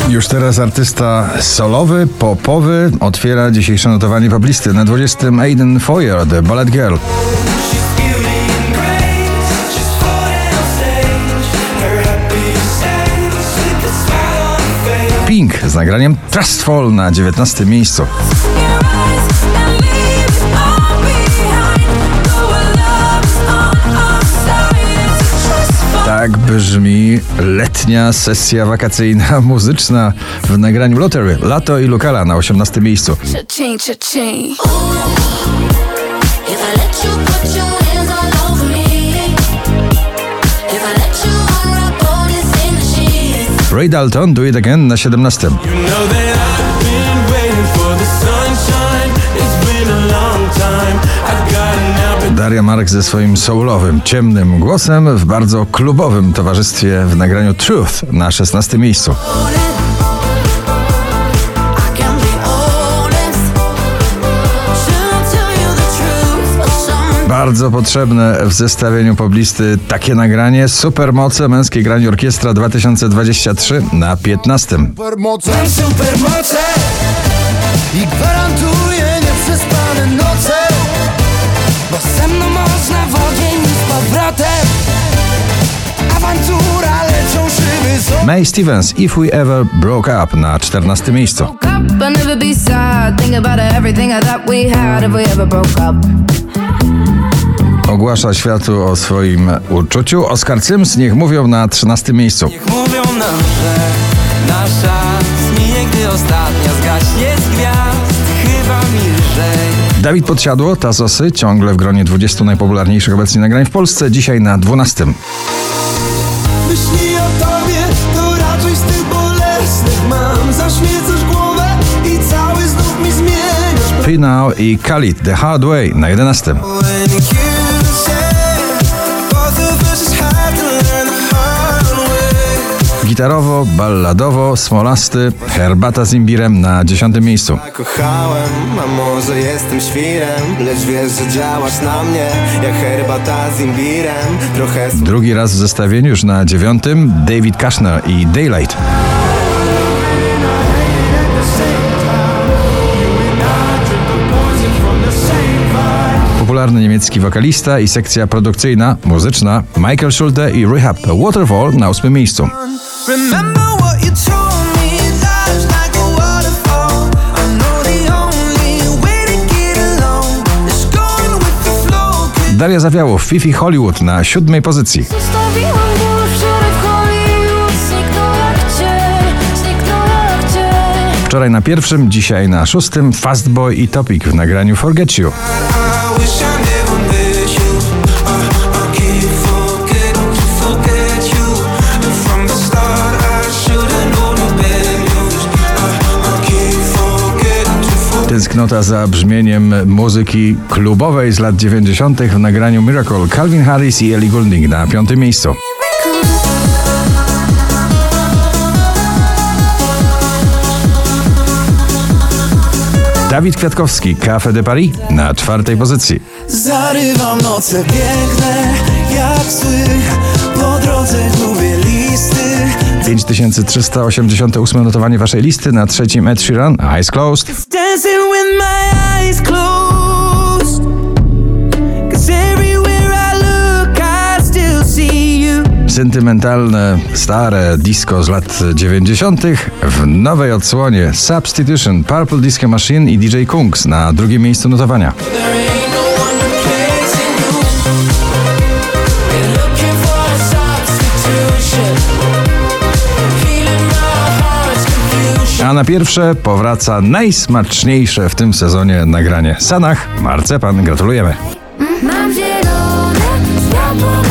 Już teraz artysta solowy, popowy otwiera dzisiejsze notowanie poblisty. Na 20. Aiden Foyer, The Ballet Girl. Pink z nagraniem Trustful na 19. miejscu. Tak brzmi letnia sesja wakacyjna muzyczna w nagraniu Lottery. Lato i Lukala na 18. miejscu. Ray Dalton, Do It Again na 17. Daria Mark ze swoim soulowym, ciemnym głosem w bardzo klubowym towarzystwie w nagraniu Truth na 16. miejscu. Bardzo potrzebne w zestawieniu poblisty takie nagranie Supermoce, męskie granie orkiestra 2023 na 15. Supermoce i gwarantuję nieprzespane noce, bo ze mną można w ogień z powrotem. Awantura, leczą szyby. Mae Stevens, If We Ever Broke Up na 14. miejscu. Ogłasza światu o swoim uczuciu. Oscar Sims, Niech mówią na 13. miejscu. Niech mówią nam, że nasza zmije, gdy ostatnia zgaśnie z gwiazd. Chyba mi lżej. Dawid Podsiadło, Tazosy, ciągle w gronie 20 najpopularniejszych obecnie nagrań w Polsce, dzisiaj na 12. Myśli o tobie, to raczej z tych bolesnych mam. Zaśmiecasz głowę i cały znów mi zmieniasz. P-Now i Khalid, The Hard Way na 11. Gitarowo, balladowo, smolasty, Herbata z imbirem na 10. miejscu. Kochałem, a może jestem świrem, lecz wiesz, że działasz na mnie jak herbata z imbirem. Trochę... Drugi raz w zestawieniu, już na 9. David Kushner i Daylight. Popularny niemiecki wokalista i sekcja produkcyjna, muzyczna Michael Schulte i Rehab, Waterfall na 8. miejscu. Daria Zawiałow, Fifi Hollywood na 7. pozycji. Wczoraj na 1., dzisiaj na 6. Fastboy i Topic w nagraniu Forget You. Tęsknota za brzmieniem muzyki klubowej z lat 90. w nagraniu Miracle, Calvin Harris i Ellie Goulding na 5. miejscu. Dawid Kwiatkowski, Café de Paris na 4. pozycji. Zarywam noce piękne jak sły, po drodze gubię listy. 5388 notowanie waszej listy, na 3. Ed Sheeran, Eyes Closed. Dancing with my eyes closed, 'cause everywhere I look I still see you. Sentymentalne, stare disco z lat 90. w nowej odsłonie Substitution, Purple Disco Machine i DJ Kungs na 2. miejscu notowania. A na pierwsze powraca najsmaczniejsze w tym sezonie nagranie Sanach, Marcepan. Gratulujemy. Mam zielone światło.